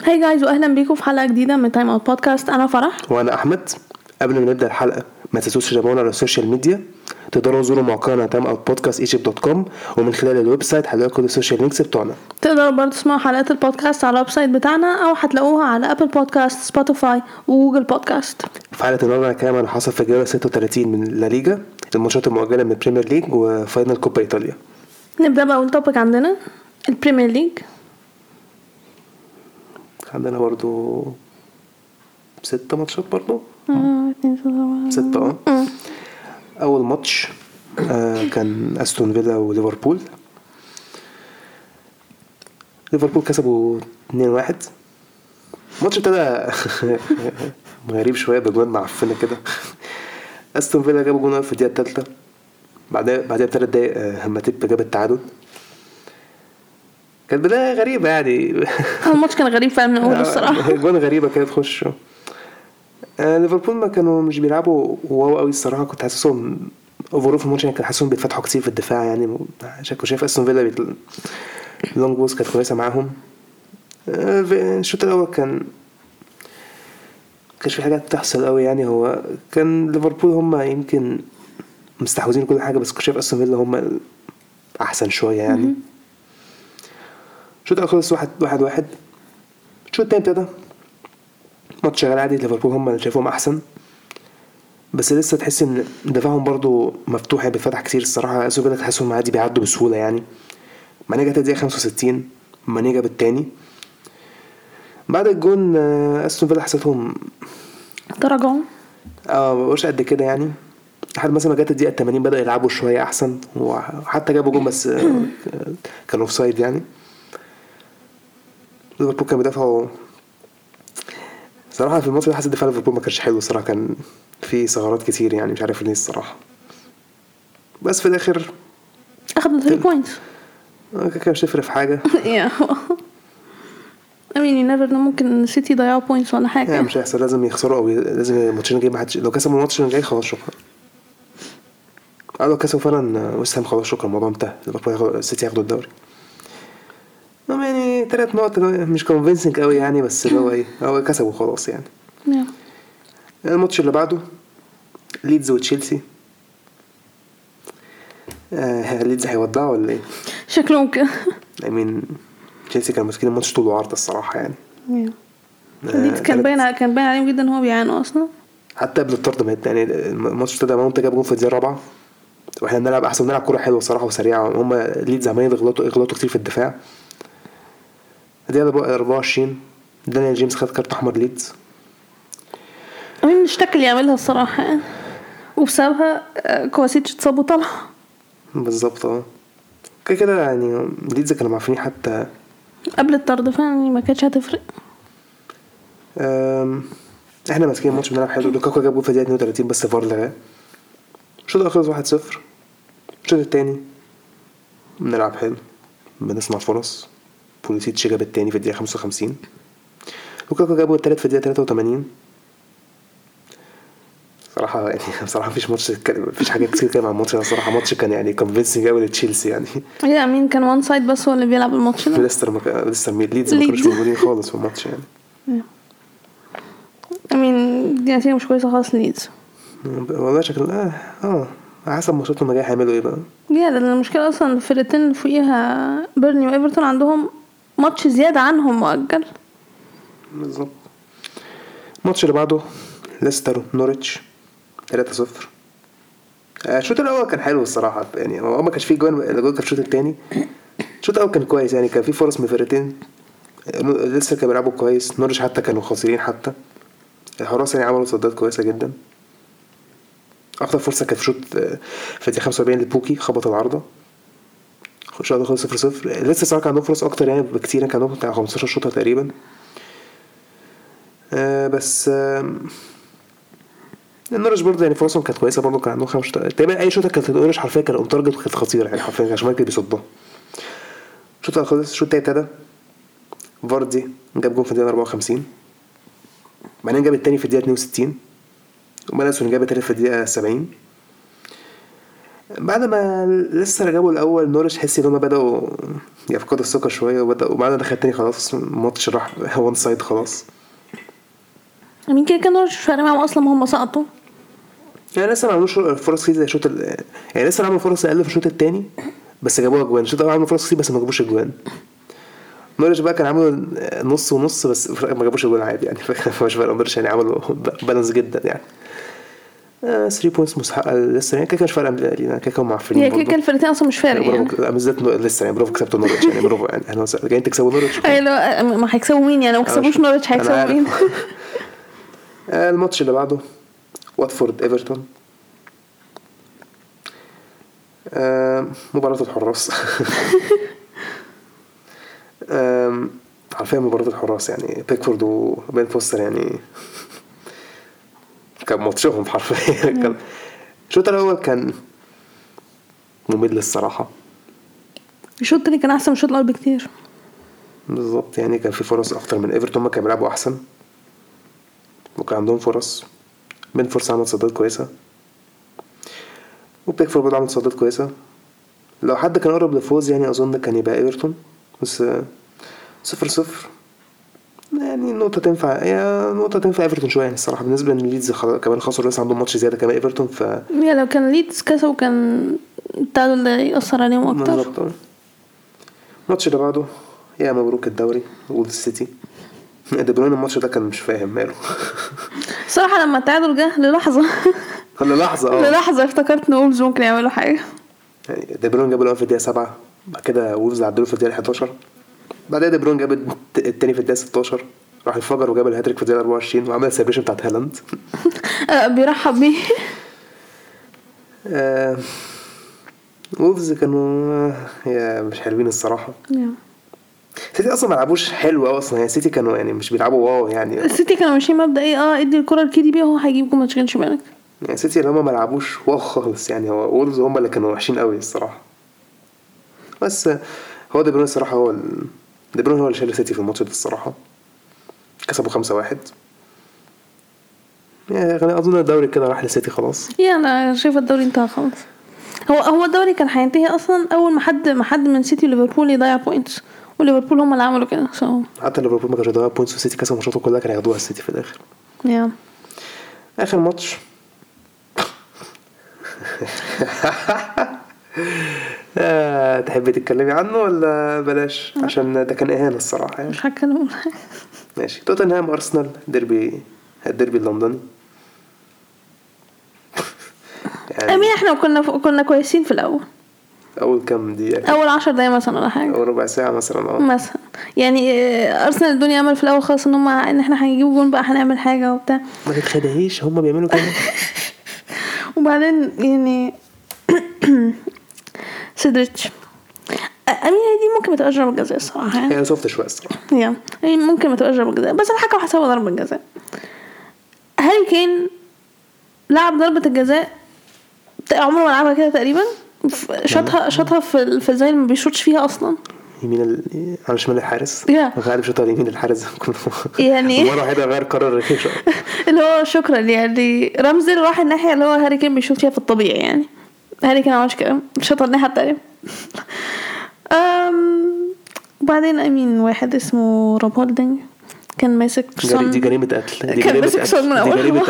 هاي جايز واهلا بيكم في حلقه جديده من تايم اوت بودكاست. انا فرح وانا احمد. قبل ما نبدا الحلقه ما تنسوش تتابعونا على السوشيال ميديا. تقدروا تزوروا موقعنا timeoutpodcast.egypt.com ومن خلال الويب سايت هتلاقوا كل السوشيال لينكس بتوعنا. تقدروا برضه تسمعوا حلقات البودكاست على الويب سايت بتاعنا او هتلاقوها على ابل بودكاست سبوتيفاي وجوجل بودكاست. في حلقه النهارده كمان اللي حصل في الجوله 36 من لا ليجا، الماتشات المؤجله من البريمير ليج وفاينل كوبا ايطاليا. نبدا باول توبيك عندنا البريمير ليج. عندنا برضو 6 ماتشات برضو 6. اول ماتش كان استون فيلا وليفربول. ليفربول كسبوا 2-1. الماتش ابتدى غريب شويه بجوان معفنه كده. استون فيلا جابوا جون في الدقيقه الثالثه، بعدها ب3 دقايق ماتيب جاب التعادل. كانت بدايه غريبه يعني. الماتش كان غريب فعلا من اول الصراحه. جوان غريبه كده تخش. ليفربول ما كانوا مش بيلعبوا واو قوي الصراحه. كنت حاسسهم اوفرول في الماتش، يعني كان حاسسهم بيتفتحوا كتير في الدفاع. يعني شايف استون فيلا لونج بوز كانت كويسه معاهم. الشوط الاول كانش في حاجات تحصل قوي. يعني هو كان ليفربول هم يمكن مستحوذين كل حاجه، بس كنت شايف استون فيلا هم احسن شويه يعني. الشوط الاول خلص 1-1. الشوط الثاني ابتدى ماتش شغال عادي. ليفربول هم اللي شايفهم احسن، بس لسه تحس ان دفاعهم برضو مفتوح، بيفتح كتير الصراحه. استون فيلا تحسهم عادي بيعدوا بسهوله يعني. ماني جت الدقيقه 65، ماني جاب الثاني. بعد الجون استون فيلا حسيتهم تراجعوا مش قد كده يعني. لحد مثلا ما جت الدقيقه 80 بدأ يلعبوا شويه احسن، وحتى جابوا جون بس كان اوفسايد يعني. ليفربول كان بيدافعوا صراحه في الماتش ده. حسيت دفاع ليفربول ما كانش حلو الصراحه، كان في ثغرات كتير يعني، مش عارف ليه الصراحه. بس في الاخر اخذنا 3 بوينتس. كان مش تفرق في حاجه. I mean you never know، ممكن سيتي ضيعوا بوينتس ولا حاجه. مش هيحصل، لازم يخسروا او لازم الماتشين الجايين ما حدش. لو كسبوا الماتش الجاي خلاص شكرا. لو كسبوا فعلا وست هام خلاص شكرا، الموضوع انتهى. السيتي ياخدوا الدوري. يعني 3 نقط مش كونفينسنج قوي يعني، بس اللي هو ايه، هو كسبوا خلاص يعني. الماتش اللي بعده ليدز وتشيلسي. ليدز هيودعوا ولا ايه؟ شكلهم كده. تشيلسي كان ماسكين الماتش طول وعرض الصراحه يعني. ليدز كان باين عليهم جدا ان هو بيعانوا اصلا. حتى قبل الطرد يعني الماتش ابتدى ماونت جاب جون في الدقيقه 4، واحنا بنلعب احسن، بنلعب كوره حلوه صراحه وسريعه. هم ليدز عمالين يغلطوا كتير في الدفاع. الدقيقه 24 دانيال جيمس خد كارت احمر ليدز. مش تاكل يعملها الصراحه، وبسببها كواسيتش اتصاب وطلع. بالظبط كده يعني. ليدز كانوا معفنين حتى قبل الطرد فعلا، ما كانتش هتفرق. احنا ماسكين الماتش بنلعب حلو. لوكاكو جاب جول في الدقيقه 32 بس فار لغاه. الشوط الاول خلص 1-0. الشوط الثاني بنلعب حلو، بنصنع فرص. بوليسيتش جاب الثاني في الدقيقه 55. لوكاكو جاب الثالث في الدقيقه 83. صراحه يعني بصراحه مفيش حاجه كتير كده مع الماتش ده صراحه. ماتش كان يعني كونفينسنج قوي لتشيلسي يعني. هي مين كان وان سايد بس هو اللي بيلعب الماتش ده. لسه ليدز ما كانوش موجودين خالص في الماتش يعني. دي نتيجة مش كويسة خالص ليدز والله. شكل حسب ماتشاتهم الجايه هيعملوا ايه بقى. لأن المشكلة اصلا الفرقتين اللي فوقيها بيرني وايفرتون عندهم ماتش زيادة عنهم مؤجل. بالظبط. الماتش اللي بعده ليستر نوريتش 3-0. الشوط الاول كان حلو الصراحه يعني. هو ما كانش فيه جوان، الجول كان في الشوط الثاني. الشوط الاول كان كويس يعني، كان فيه فرص من فرقتين. لسه كانوا بيلعبوا كويس. نوريتش حتى كانوا خاسرين، حتى الحراس يعني عملوا صدات كويسه جدا. اكتر فرصه كانت في شوط في الدقيقه 45 لبوكي، خبط العارضه. الشوط ده خلص 0-0. لسه صراحه عندهم فرص اكتر يعني بكتير، كان عندهم بتاع 15 شوطه تقريبا. بس النورش برضه يعني فرصهم كانت كويسه برضه. كان عندهم 5 شوطات تقريبا. اي شوطه كانت النورش حرفيا كان اون تارجت وكانت خطيره يعني حرفيا، عشان مايكل بيصدها. الشوط خلص. الشوط الثاني ابتدى فاردي جاب جون في الدقيقه 54. بعدين جاب الثاني في الدقيقه 62. ومالاسون جاب الثالث في الدقيقه 70. بعد ما لسه جابوا الاول نورش حسي ان هم بداوا يفقدوا الثقه شويه وبعد دخل تاني خلاص الماتش راح وان سايد خلاص. مين كده كان مش فارق معاهم اصلا ما هم سقطوا يعني لسه ما عملوش فرص كتير زي الشوط يعني لسه عملوا فرص اقل في الشوط الثاني بس جابوها اجوان. الشوط الاول عملوا فرص كتير بس ما جابوش اجوان. نورش بقى كان عملوا نص ونص بس ما جابوش اجوان عادي يعني مش فارق. نورش يعني عملوا بالانس جدا يعني 3 بوينتس مستحقه لسه يعني كده مش فارقه لينا كده معفنين برضه. هي كده الفرقتين اصلا مش فارق يعني بالذات لسه يعني برافو كسبتوا نورتش يعني برافو يعني احنا جايين تكسبوا نورتش. ايوه ما هيكسبوا مين يعني لو كسبوش نورتش هيكسبوا مين؟ الماتش اللي بعده واتفورد ايفرتون. مباراة الحراس عارفين مباراة الحراس يعني بيكفورد وبين فوستر يعني كان ماتشهم حرفيا كان الشوط الاول كان ممل الصراحه. الشوط الثاني كان احسن من الشوط الاول بكتير بالظبط يعني كان في فرص اكتر من ايفرتون. ما كانوا بيلعبوا احسن وكان عندهم فرص. من فرصه عمل صدات كويسه وبيكفورد برضه عمل صدات كويسه. لو حد كان قرب للفوز يعني اظن كان يبقى ايفرتون بس 0-0 يعني نقطة تنفع ايفرتون شوية يعني الصراحة. بالنسبة لليدز كمان خسروا لسه عندهم ماتش زيادة كمان ايفرتون يعني لو كان ليدز كسبوا كان التعادل ده يأثر عليهم اكتر. بالظبط. الماتش اللي بعده يا مبروك الدوري وولز سيتي. دي بروين الماتش ده كان مش فاهم ماله صراحة لما التعادل جه للحظة افتكرت ان وولز ممكن يعملوا حاجة يعني. دي بروين جاب الاول في الدقيقة 7 بعد كده وولز عدلوا في الدقيقة 11 بعدها دي بروين جاب التاني في الدقيقة 16 راح الفجر وجاب الهاتريك في الدقيقة 24 وعمل السيبريشن بتاعت هالاند بيرحب بيه. وولز كانوا مش حلوين الصراحة. سيتي اصلا ما لعبوش حلو اصلا يعني. سيتي كانوا يعني مش بيلعبوا واو يعني. سيتي كانوا ماشيين مبدا ايه ادي الكره لكيدي بي وهو هيجيب جول ما تشغلش بالك يعني. سيتي اللي هم ما لعبوش واو خالص يعني. هو وولز هم اللي كانوا وحشين قوي الصراحه. بس هو دي بروين الصراحه دي بروين هو اللي شال سيتي في الماتش ده الصراحه. كسبوا 5-1 يعني. اظن الدوري كده راح لسيتي خلاص يعني. انا شايفه الدوري انتهى خلاص. هو الدوري كان هينتهي اصلا اول ما حد من سيتي وليفربول يضيع بوينتس وليفربول هم اللي عملوا كده. حتى ليفربول ما كانش يضيع بوينتس وسيتي كسبوا ماتشاته كلها كانوا ياخدوها السيتي في الاخر. اخر ماتش تحبي تتكلمي عنه ولا بلاش عشان ده كان اهانه الصراحه يعني. مش هتكلم ماشي. توتنهام ارسنال الديربي اللندني يعني. احنا كنا كويسين في الاول. اول كام دقيقه اول 10 دقايق مثلا ولا حاجه او ربع ساعه مثلا مثلا يعني. ارسنال الدنيا امل في الاول خالص ان احنا هنجيب جون بقى هنعمل حاجه وبتاع. ما تتخدعيش هم بيعملوا كده وبعدين يعني سيدريتش امين دي ممكن ما تبقاش ضربه جزاء الصراحه يعني. هي صفت شويه الصراحه يعني ممكن ما تبقاش ضربه جزاء بس الحكم حسبها ضربه جزاء. هاري كين لعب ضربه الجزاء عمره ما لعبها كده تقريبا. شاطها في زي ما بيشوطش فيها اصلا يمين على شمال الحارس. غالب شاطها يمين الحارس يعني مره واحده غير قرار اللي هو شكرا يعني. رمزي راح الناحيه اللي هو هاري كين بيشوط فيها في الطبيعي يعني. هاري كين عملش كده شاطها الناحيه التانية. وبعدين امين واحد اسمه روب هولدنج كان ماسك دي جريمه قتل. كان ماسك صون من اول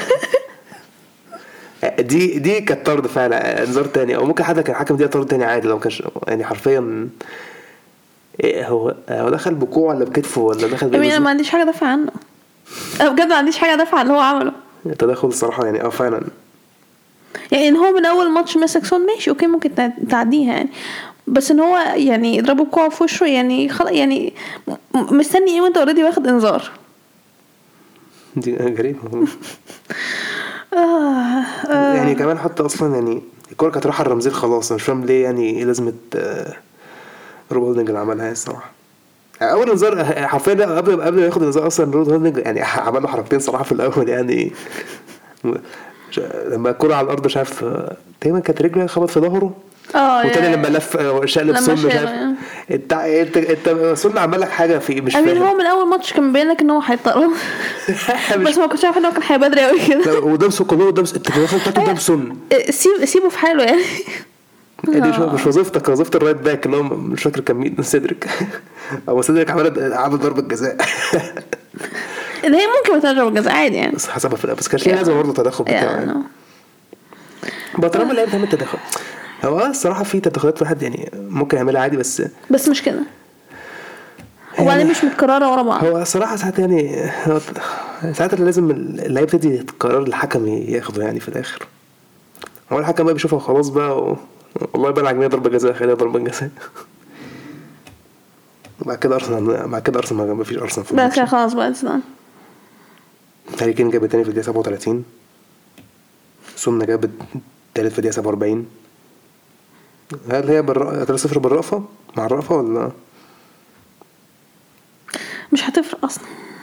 دي كانت طرد فعلا انذار تاني او ممكن حد كان حكم دي طرد تاني عادي لو كانش يعني حرفيا. هو دخل بكوعه ولا بكتفه ولا دخل انا ما عنديش حاجه ادافع عنه. بجد ما عنديش حاجه ادافع اللي هو عمله. تدخل الصراحه يعني فعلا يعني ان هو من اول ماتش ماسك صون ماشي اوكي ممكن تعديها يعني. بس ان هو يعني يضربه بكوعه في وشه يعني خلاص يعني مستني ايه وانت اوريدي واخد انذار. دي غريبه يعني. كمان حتى اصلا يعني الكوره كانت رايحه الرمزيل خلاص. مش فاهم ليه يعني ايه لازمه روب هولدنج اللي عملها الصراحه. اول انذار حرفيا قبل ما ياخد الانذار اصلا روب هولدنج يعني عمل له حركتين صراحه في الاول يعني. لما الكوره على الارض مش عارف تقريبا كانت رجله خبط في ظهره وتاني لما لف شقلب سن مش عارف انت سن عمل لك حاجه في مش فاهم. هو من اول ماتش كان باين لك ان هو هيطرد بس ما كنتش عارف ان هو كان هيبدري قوي كده وده سكونه ده بتاعته ده سن سيبه في حاله يعني دي مش وظيفتك. وظيفه الرايت باك اللي هو مش فاكر كان مين سيدريك او سيدريك عمل ضربه جزاء اللي هي ممكن تضرب جزاء عادي يعني بس حسب بس كانش لازم برضه تدخل بتاعه بطالما اللعيبه تعمل تدخل. هو الصراحه في تدخلات واحد يعني ممكن يعملها عادي بس مش كده وبعدين مش متكرره ورا بعض. هو الصراحه ساعات يعني ساعات لازم اللعيبه تدي قرار الحكم ياخده يعني في الاخر. هو الحكم بقى بيشوفها خلاص بقى والله بقى عجبني ضربه جزاء خليها ضربه جزاء بعد كده ارسنال ما فيش ارسنال بس خلاص بقى زمان. هاري كين جاب الثاني في الدقيقه 37 سون جاب الثالث في الدقيقه 47. هل هي 3-0 بالرأفة مع الرأفة ولا مش هتفرق اصلا؟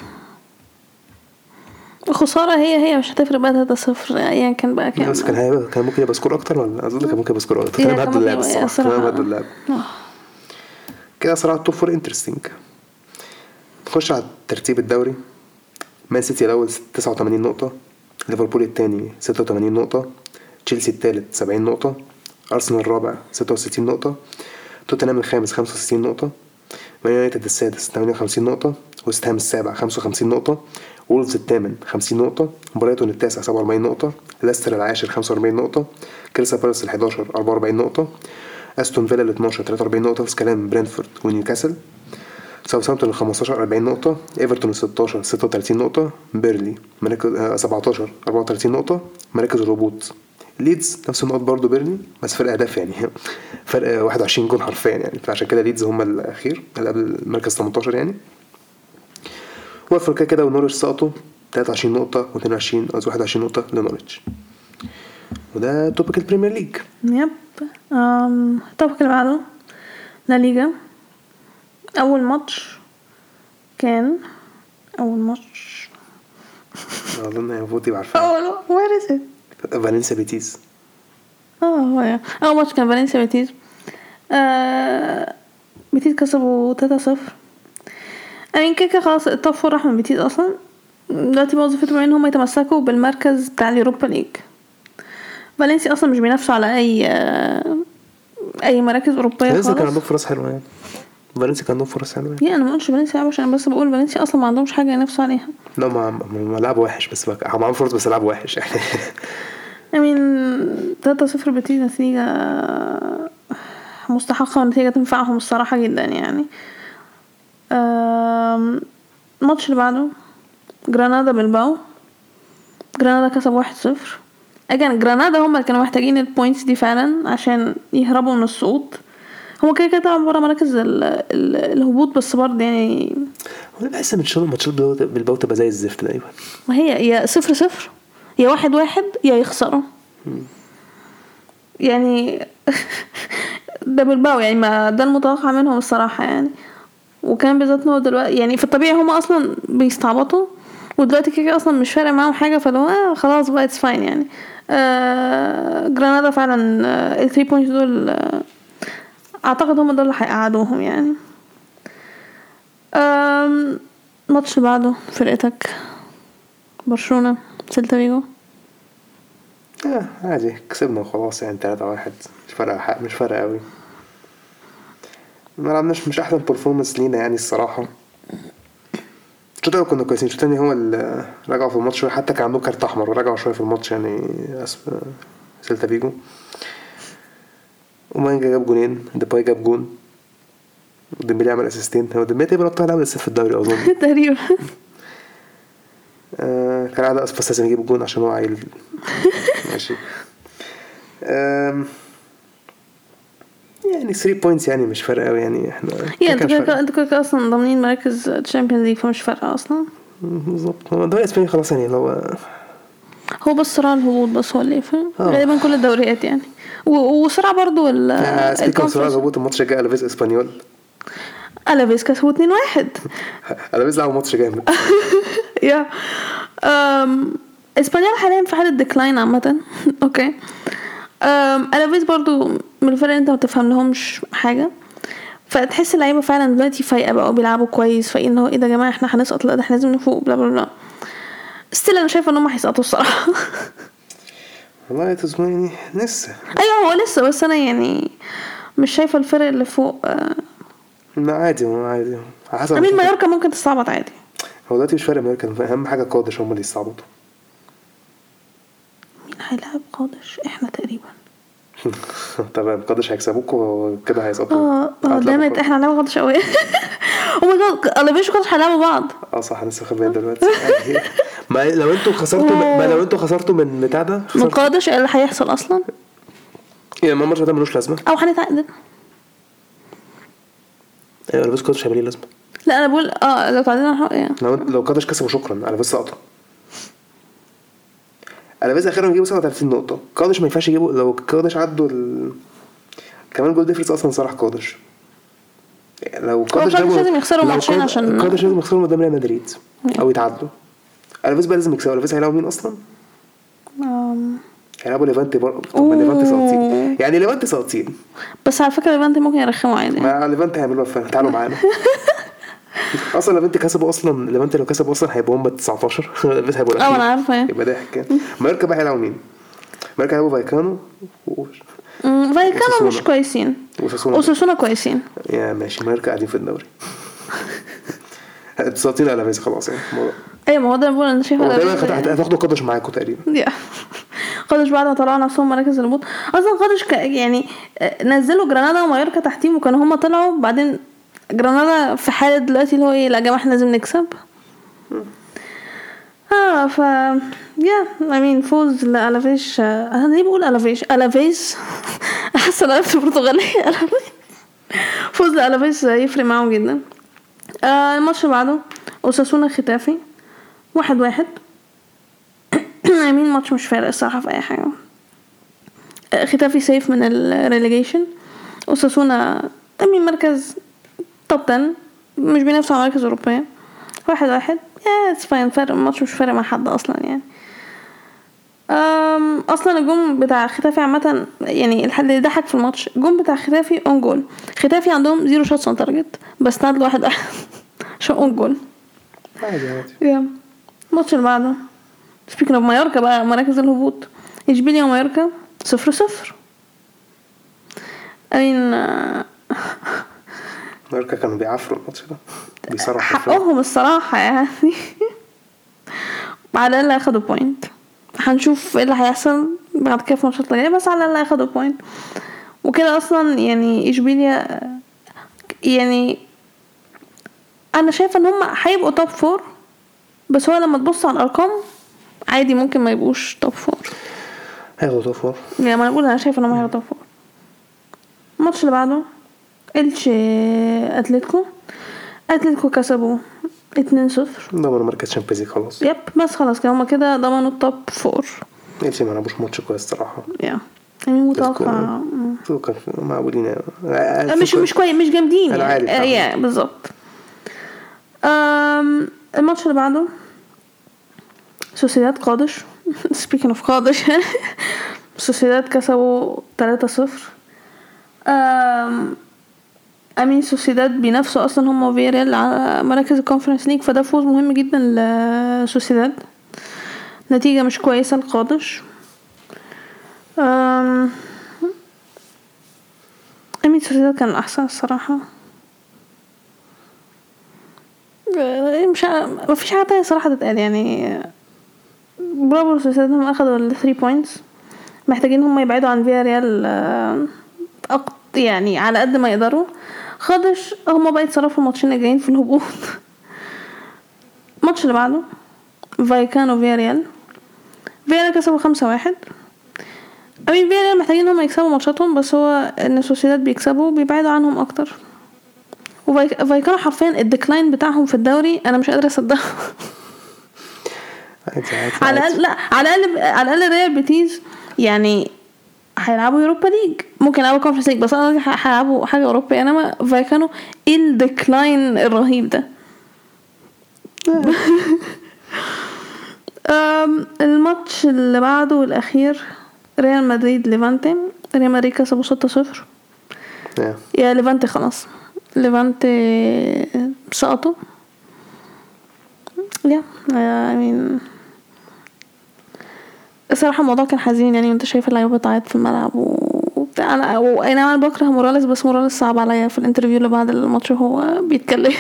خسارة هي مش هتفرق بقى 3-0 يعني كان بقى كام. بس كان ممكن يبقى سكور اكتر ولا اظن كان ممكن يبقى سكور اكتر. كان بعد اللعب الصراحة كده صراحة توب فور انترستينج. نخش على ترتيب الدوري. مان سيتي الاول 89 نقطة ليفربول الثاني 86 نقطة تشيلسي الثالث 70 نقطة أرسنال الرابع 66 نقطة توتنهام الخامس 65 نقطة مان يونايتد السادس 58 نقطة وست هام السابع 55 نقطة وولفز الثامن 50 نقطة برايتون التاسع 47 نقطة ليستر العاشر 45 نقطة كريستال بالاس ال11 44 نقطة أستون فيلا ال12 43 نقطة في كلام برينتفورد ونيوكاسل ساوثهامبتون ال15 40 نقطة ايفرتون ال16 36 نقطة بيرلي مركز 17 34 نقطة مركز الهبوط ليدز نفس النقط برضو بيرلي بس فرق أهداف يعني فرق 21 جون حرفيا يعني فعشان كده ليدز هم الأخير اللي قبل المركز 18 يعني. وفرق كده ونوريتش سقطوا 23 نقطة و22 أو 21 نقطة لنوريتش. وده توبك البريمير ليج. يب توبك اللي بعده لا ليجا. أول ماتش أظن يا فوتي بعرفها. where is it فالنسيا بيتيز. هو أول ماتش كان فالنسيا بيتيز. بيتيز كسبوا 3-0. يعني كده خلاص الطفوا راح من بيتيز أصلا. دلوقتي وظيفتهم ان هم يتمسكوا بالمركز بتاع اليوروبا ليج. فالنسيا أصلا مش بينافسوا على أي مراكز أوروبية خالص. كان عندهم فرص حلوة يعني. فالنسيا كان عندهم فرص حلوة يعني أنا ما قلتش فالنسيا عشان بس بقول فالنسيا أصلا ما عندهمش حاجة ينافسوا عليها. لا ما لعبوا وحش بس بقى هم عندهم فرص بس لعبوا وحش يعني. I mean 3-0 بتيجي نتيجة مستحقة ونتيجة تنفعهم الصراحة جدا يعني. الماتش اللي بعده جرانادا بالباو. جرانادا كسب 1-0. أجان جرانادا هم اللي كانوا محتاجين البوينتس دي فعلا عشان يهربوا من السقوط. هو كده طبعا برا مراكز الهبوط بس برضه يعني هو بحس من شغل ماتشات بالباو تبقى زي الزفت دايما. ما هي يا 0-0 يا 1-1 يا يخسروا يعني ده بالباو يعني ما ده المتوقع منهم الصراحة يعني. وكان بالذات انه دلوقتي يعني في الطبيعي هم اصلا بيستعبطوا ودلوقتي كده اصلا مش فارق معاهم حاجة فلو خلاص بقى اتس فاين يعني. جرانادا فعلا ال 3 بوينتس دول اعتقد هم دول اللي هيقعدوهم يعني. ماتش اللي بعده فرقتك برشلونة سيلتا فيجو. عادي كسبنا وخلاص يعني 3-1 مش فرق قوي. ما لعبناش مش احسن برفورمانس لينا يعني الصراحه. الشوط الاول كنا كويسين. الشوط الثاني هو اللي رجعوا في الماتش حتى كان عندهم كارت احمر ورجعوا شويه في الماتش يعني سيلتا فيجو. ومانجا جاب جونين ديباي جاب جون ديمبلي عمل اسيستين. هو ديمبلي تقريبا بطل عمل اسيست في الدوري اظن تقريبا. كان عاده بس لازم يجيب جون عشان هو عيل ماشي. يعني 3 بوينتس يعني مش فارقه قوي يعني. احنا انتوا كده اصلا ضامنين مركز تشامبيونز ليج فمش فارقه اصلا بالظبط. هو الدوري الاسباني خلاص يعني هو بس صراع الهبوط بس هو اللي يفهم غالبا كل الدوريات يعني. وصراع برضو صراع الهبوط. الماتش جاي ألافيز اسبانيول. ألافيز كسبوا 2-1. ألافيز لعبوا ماتش جامد. يا اسبانيول حاليا في حالة ديكلاين عامة. اوكي ألافيز برضو من الفرق انت ما تفهم لهمش حاجه، فتحس اللعيبه فعلا دلوقتي فايقه بقى وبيلعبوا كويس، فايه هو ايه ده يا جماعه احنا هنسقط، لا ده احنا لازم نفوق بلا بلا بلا. ستيل انا شايفه ان هم هيسقطوا الصراحه. والله تسمعني لسه. ايوه هو لسه، بس انا يعني مش شايفه الفرق اللي فوق. لا عادي على حسب. امين مايوركا ممكن تستعبط عادي. هو دلوقتي مش فارق مايوركا، اهم حاجه قادش هم اللي يستعبطوا. مين هيلعب قادش؟ احنا تقريبا. تمام قادش هيكسبوك وكده هيسقطوا. دامت احنا هنلعب قادش قوي. او ماي جاد الافيش قادش هيلعبوا بعض. صح لسه خبيت دلوقتي. ما لو انتوا خسرتوا من بتاع ده من قادش اللي هيحصل اصلا يعني ما الماتش ده ملوش لازمه او هنتعادل. ايوه بس قادش هيبقى ليه لازمه. لا انا بقول لو تعادلنا يعني لو قادش كسبوا شكرا على بس سقطوا. انا بس اخيرا يجيبوا 37 نقطه. قادش ما ينفعش يجيبوا، لو قادش عدوا كمان جول ديفرنس اصلا صلاح قادش. لو قادش لازم يخسروا ماتشين عشان قادش لازم يخسروا قدام ريال مدريد او يتعادلوا. انا بس بقى لازم يكسبوا. بس هيلعبوا مين اصلا؟ هيلعبوا ليفانتي برضه. طب ليفانتي ساقطين يعني ليفانتي ساقطين بس على فكره ليفانتي ممكن يرخموا عادي. ما ليفانتي هيعملوا فعلا تعالوا معانا. اصلا ليفانتي كسبوا اصلا. ليفانتي لو كسبوا اصلا هيبقوا هم 19. بس هيبقوا انا عارفه يبقى ضحك. مايوركا بقى هيلعبوا مين؟ مايوركا هيلعبوا فايكانو فايكانو مش كويسين وساسونا كويسين. يا ماشي مايوركا قاعدين في الدوري. ساقطين على فيز خلاص يعني الموضوع. ايوه ما هو ده بقول انا شايفه هتاخدوا قادش معاكم تقريبا. قادش بعد ما طلعوا نفسهم مراكز الهبوط اصلا. قادش يعني نزلوا جرانادا ومايوركا تحتيهم وكانوا هما طلعوا. بعدين جرانادا في حاله دلوقتي اللي هو ايه لا يا جماعه احنا لازم نكسب. ف يا امين فوز لالافيش. انا ليه بقول الافيش حاسه انا في البرتغاليه. فوز لالافيش يفرق معاهم جدا. الماتش اللي بعده اوساسونا ختافي 1-1. امين ماتش مش فارق الصراحه في اي حاجه. ختافي سيف من الريليجيشن. اوساسونا امين مركز توب 10 مش بينافسوا على مركز اوروبيه. 1-1 يا فاين. فرق الماتش مش فارق مع حد اصلا يعني. اصلا الجون بتاع ختافي عامه يعني الحد اللي ضحك في الماتش الجون بتاع ختافي اون جول. ختافي عندهم 0 شوتس اون تارجت بس تعادلوا 1-1 شو اون جول عادي. يا الماتش اللي بعده سبيكينج اوف مايوركا بقى مراكز الهبوط. اشبيليا ومايوركا 0-0. مايوركا كانوا بيعافروا الماتش ده بيصرفوا حقهم الصراحه يعني. على الاقل اخدوا بوينت. هنشوف ايه اللي هيحصل بعد كده في الماتشات الجايه بس على الاقل اخدوا بوينت وكده. اصلا يعني اشبيليا يعني انا شايفه ان هم هيبقوا توب 4 بس هو لما تبص على الارقام عادي ممكن ما يبقوش توب 4. هيبقوا توب 4 يعني ما انا شايفه ان هم هيبقوا توب 4. الماتش اللي بعده اتلتيكو كسبوا 2-0. ضمنوا مركز شامبيونز خلاص. بس خلاص كده هما كده ضمنوا التوب 4. ما لعبوش ماتش كويس صراحه. يعني متوقع معقولين مش كويس مش جامدين يعني بالظبط. الماتش اللي بعده سوسيداد قادش. سبيكينج اوف قادش سوسيداد كسبوا 3-0. امين سوسيداد بينافسوا اصلا هم وفياريال على مراكز الكونفرنس ليج فده فوز مهم جدا لسوسيداد. نتيجه مش كويسه لقادش. امين سوسيداد كان الاحسن الصراحه. مش ما فيش حاجه تانية صراحه تتقال يعني. برافو سوسيداد هم اخذوا ال 3 بوينتس. محتاجين هم يبعدوا عن فياريال يعني على قد ما يقدروا. خدش هم بقى يتصرفوا الماتشين الجايين في الهبوط. الماتش اللي بعده فايكانو فياريال كسبوا 5-1. امين فياريال محتاجين هم يكسبوا ماتشاتهم بس هو ان سوسيداد بيكسبوا بيبعدوا عنهم اكتر. وفايكانو حرفيا الديكلاين بتاعهم في الدوري انا مش قادره اصدقه. على الاقل لا على الاقل ريال بيتيز يعني هيلعبوا يوروبا ليج ممكن يلعبوا كونفرنس ليج بس انا هيلعبوا حاجه اوروبيه. انما فايكانو الديكلاين الرهيب ده. الماتش اللي بعده الاخير ريال مدريد ليفانتي ريال مدريد كسبوا 6-0. يا ليفانتي خلاص، ليفانتي سقطوا. الصراحه الموضوع كان حزين يعني. انت شايف اللعيبه بتعيط في الملعب وبتاع. انا بكره موراليس، بس موراليس صعب عليا في الانترفيو اللي بعد الماتش وهو بيتكلم.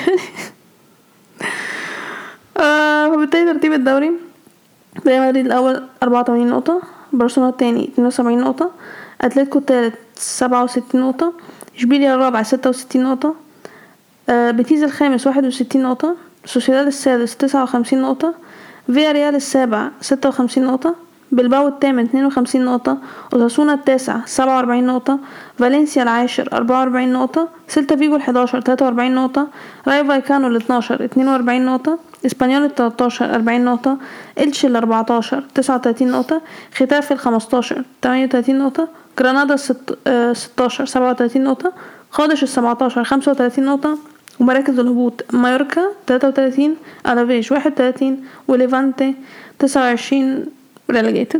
فبالتالي ترتيب الدوري: ريال مدريد الاول 84 نقطه، برشلونه الثاني 72 نقطه، اتلتيكو الثالث 67 نقطه، اشبيليا الرابع 66 نقطه، بيتيز الخامس 61 نقطه، سوسيداد السادس 59 نقطه، فياريال السابع 56 نقطه، بلباو الثامن 52 نقطة، اوساسونا التاسع 47 نقطة، فالنسيا العاشر 44 نقطة، سيلتا فيجو ال11 43 نقطة، رايو فايكانو ال12 42 نقطة، اسبانيول ال13 40 نقطة، إلتش ال14 39 نقطة، ختاف ال15 38 نقطة، جرانادا ال16 37 نقطة، خادش ال17 35 نقطة. ومراكز الهبوط: مايوركا 33، ألافيش 31، وليفانتي 29 relegated.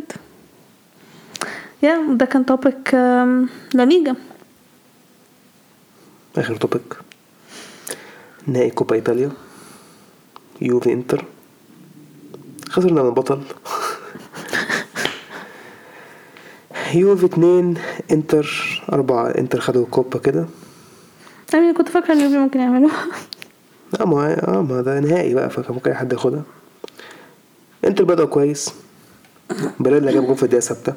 ده كان توبيك لا ليجا. اخر توبيك نهائي كوبا ايطاليا، يوفي انتر. خسرنا من البطل. يوفي 2 انتر 4. انتر خدوا الكوبا كده. انا كنت فاكره ان يوفي ممكن يعملوا. ما ده نهائي بقى، فكان ممكن اي حد ياخدها. انتر بدأوا كويس، بلال جاب جون في الدقيقه 7.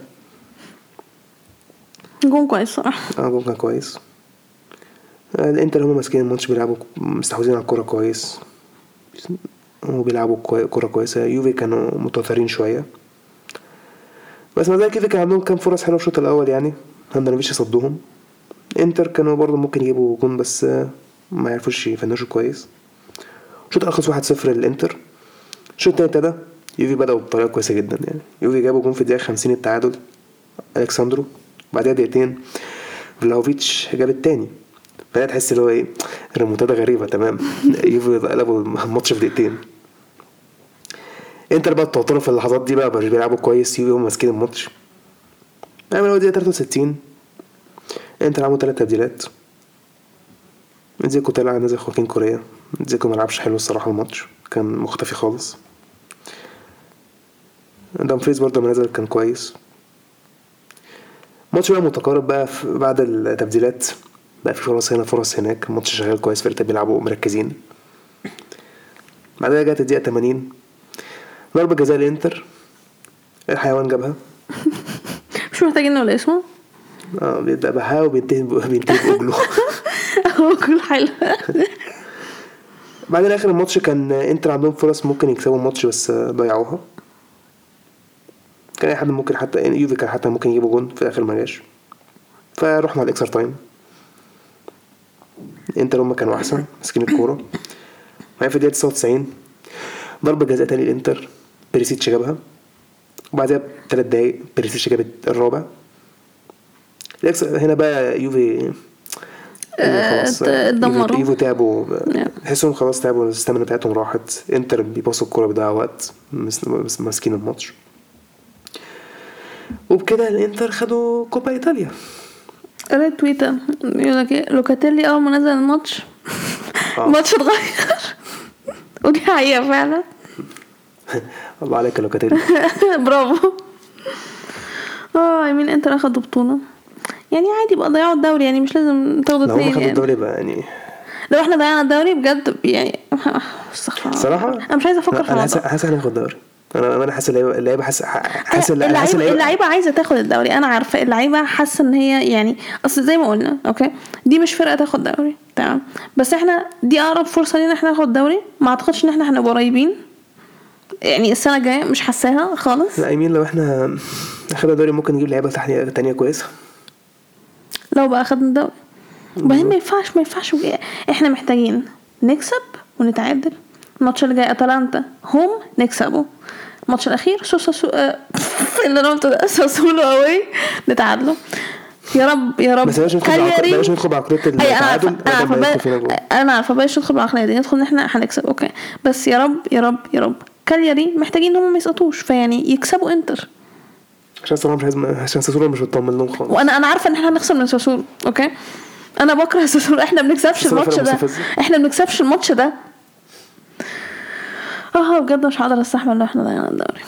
جون كويس صراحه. جون كان كويس. الانتر هم ماسكين الماتش، بيلعبوا مستحوذين على الكوره كويس وبيلعبوا كوره كويسه. يوفي كانوا متوترين شويه، بس ما زال كده كان عندهم كام فرص حلوه في الشوط الاول يعني، هاندانوفيتش صدهم. انتر كانوا برضو ممكن يجيبوا جون بس ما يعرفوش يفنشوا كويس. الشوط الاول خلص 1-0 للانتر. الشوط الثاني ابتدى يوفي بدأوا بطريقه كويسه جدا يعني. يوفي جابوا جون في الدقيقه 50 التعادل، الكساندرو. بعدها دقيقتين فلاوفيتش جاب الثاني. بدأت تحس اللي هو ايه، ريمونتادا غريبه. تمام. يوفي قلبوا الماتش في دقيقتين. انتر بقى التوتر في اللحظات دي بقى، بيلعبوا كويس. يوفي هم ماسكين الماتش. عملوا دقيقه 63 انتر عملوا 3 تبديلات. زيكو طلع نزل خواكين كوريا. زيكو ملعبش حلو الصراحه، الماتش كان مختفي خالص. دامفريز برضه ما نزل كان كويس. ماتش بقى متقارب بقى بعد التبديلات، بقى في فرص هنا فرص هناك. الماتش شغال كويس، فرقتين بيلعبوا مركزين. بعدها جت الدقيقه 80 ضربه جزاء الانتر، الحيوان جابها. مش محتاجين نقول اسمه. بيبدأ بها وبينتهي بقبله. هو كل حلو. بعدين اخر الماتش كان انتر عندهم فرص ممكن يكسبوا الماتش بس ضيعوها. كان اي حد ممكن، حتى يعني يوفي كان حتى ممكن يجيبوا جون في الاخر ما جاش، فروحنا على الاكسترا تايم. انتر هم كانوا احسن ماسكين الكوره. معايا في الدقيقه 99 ضربه جزاء تاني الانتر، بيريسيتش جابها. وبعدها ب3 دقايق بيريسيتش جاب الرابع. هنا بقى يوفي خلاص دمروا. يوفي تعبوا، تحسهم خلاص تعبوا، الاستامينا بتاعتهم راحت. انتر بيباصوا الكوره بيضيعوا وقت، ماسكين الماتش. وبكده الانتر خدوا كوبا ايطاليا. قريت تويتر يقول لك لوكاتيلي اول ما نزل الماتش الماتش اتغير. ودي حقيقه فعلا. الله عليك لوكاتيلي. برافو. يمين انتر اخدوا بطوله يعني، عادي بقى ضيعوا الدوري يعني، مش لازم تاخدوا 2 يعني. الدوري بقى يعني، لو احنا ضيعنا الدوري بجد يعني استغفر الله صراحه. انا مش عايزه افكر في الموضوع. حاسس هناخد الدوري. انا حاسس اللعيبه اللعيبه عايزه تاخد الدوري. انا عارفه اللعيبه حاسه ان هي يعني، اصل زي ما قلنا اوكي دي مش فرقه تاخد دوري تمام، بس احنا دي اقرب فرصه لينا احنا ناخد دوري. ما اعتقدش ان احنا هنبقى قريبين يعني السنه الجايه، مش حاساها خالص. لا يمين، لو احنا اخدنا الدوري ممكن نجيب لعيبه تانية كويسه لو بقى اخدنا الدوري. وبعدين ما ينفعش احنا محتاجين نكسب ونتعادل. الماتش اللي جاي اتلانتا هوم نكسبه، الماتش الاخير اللي انا قلته ده ساسولو قوي نتعادلوا. يا رب بس بلاش ندخل بعقليه التعادل. انا عارفه بلاش ندخل بعقليه دي، ندخل ان احنا هنكسب اوكي، بس يا رب كالياري محتاجين ان هم ما يسقطوش، فيعني يكسبوا انتر. عشان ساسولو مش مطمن لهم خالص. وانا عارفه ان احنا هنخسر من ساسولو. اوكي انا بكره ساسولو. احنا بنكسبش الماتش ده. احنا بنكسبش الماتش ده. بجد مش هقدر استحمل لو احنا ضيعنا الدوري.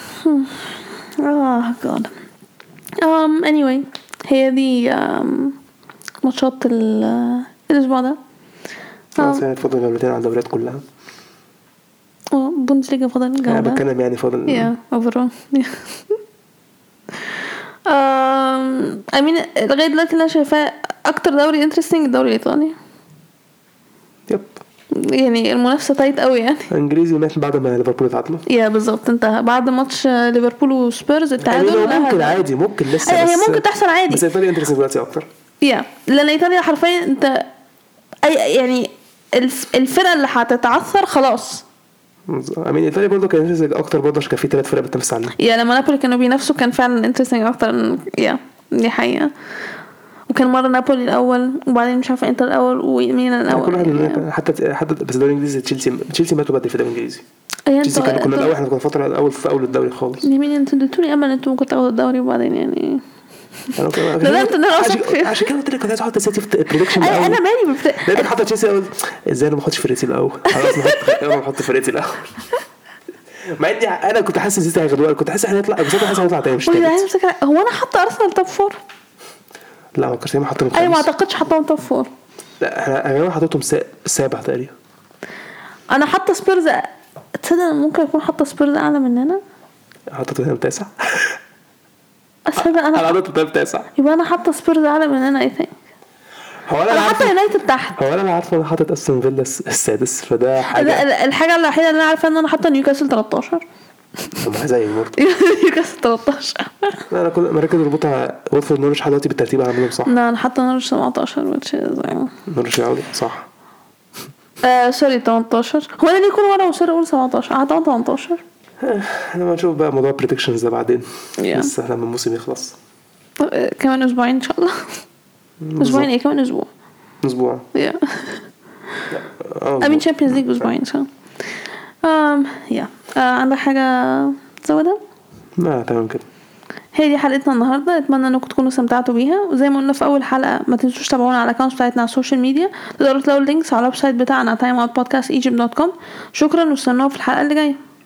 جاد. anyway هي دي ماتشات الاسبوع ده. يعني فاضل جولتين على الدوريات كلها. بوندسليجا فاضل جولة. انا بتكلم يعني فاضل overall. I mean لغاية دلوقتي انا شايفاه اكتر دوري انترستينج الدوري الايطالي. يب يعني المنافسه تايت قوي يعني. انجليزي مات بعد ما ليفربول اتعادلوا. بالظبط انتهى بعد ماتش ليفربول وسبيرز التعادل. ممكن عادي ممكن لسه هي ممكن تحصل عادي بس ايطاليا انترستينج دلوقتي اكتر. لان ايطاليا حرفيا انت يعني الفرقه اللي هتتعثر خلاص. امين ايطاليا برضو كان انترستينج اكتر برضو عشان كان في 3 فرق بتنافس عليها. لما نابولي كانوا بينافسوا كان فعلا انترستينج اكتر. دي حقيقه. وكان مره نابولي الاول وبعدين مش عارفه انتر الاول وميلان الاول. حتى بس الدوري الانجليزي تشيلسي ماتوا بدري في الدوري الانجليزي. تشيلسي كنا الاول. احنا كنا فتره الاول في اول الدوري خالص. مين انتوا اديتوني امل انتوا ممكن تاخدوا الدوري وبعدين يعني عشان كده قلت لك كنت عايز احط سيتي في البريدكشن. انا مالي لقيتك حاطه تشيلسي الاول. ازاي انا ما احطش فرقتي الاول؟ خلاص نحط فرقتي الاول. مع اني انا كنت حاسس سيتي هياخدوها. كنت حاسس هنطلع بس انا حاسس هنطلع تاني مش تاني. هو انا حاطه ارسنال توب 4. لا ما كنتش ما حطيتهم. ما اعتقدش حطيتهم توب 4. لا انا حطيتهم سابع تقريبا. انا حاطه سبيرز. تصدق ممكن اكون حاطه سبيرز اعلى مننا. حطيتهم 9. اصدق انا حطيتهم 9. يبقى انا حاطه سبيرز اعلى مننا اي ثينك. هو انا حاطه يونايتد تحت. هو انا عارفه انا حاطط استون فيلا السادس فده حاجه. الحاجه الوحيده اللي انا عارفه ان انا حاطه نيوكاسل 13. طب زي برضه نيوكاسل 13. انا كل مراكز الرباطه واتفورد نورwich دلوقتي بالترتيب عاملهم صح. لا انا حاطه نورwich 17 نورwich عادي صح. سوري 18. هو انا ليه كل مره وصل اقول 17 حاطه 18. انا ما نشوف بقى موضوع بريدكشنز ده بعدين. بس لما الموسم يخلص كمان اسبوعين ان شاء الله. اسبوعين ايه كمان اسبوع. امين تشامبيونز ليج اسبوعين صح. عندك حاجه تزودها؟ لا تمام كده. هي دي حلقتنا النهارده. اتمنى انكم تكونوا استمتعتوا بيها وزي ما قلنا في اول حلقه ما تنسوش تتابعونا على الاكونت بتاعتنا على السوشيال ميديا. تقدروا تلاقوا اللينكس على الويب سايت بتاعنا timeoutpodcast.egypt.com. شكرا واستنونا في الحلقه اللي جايه.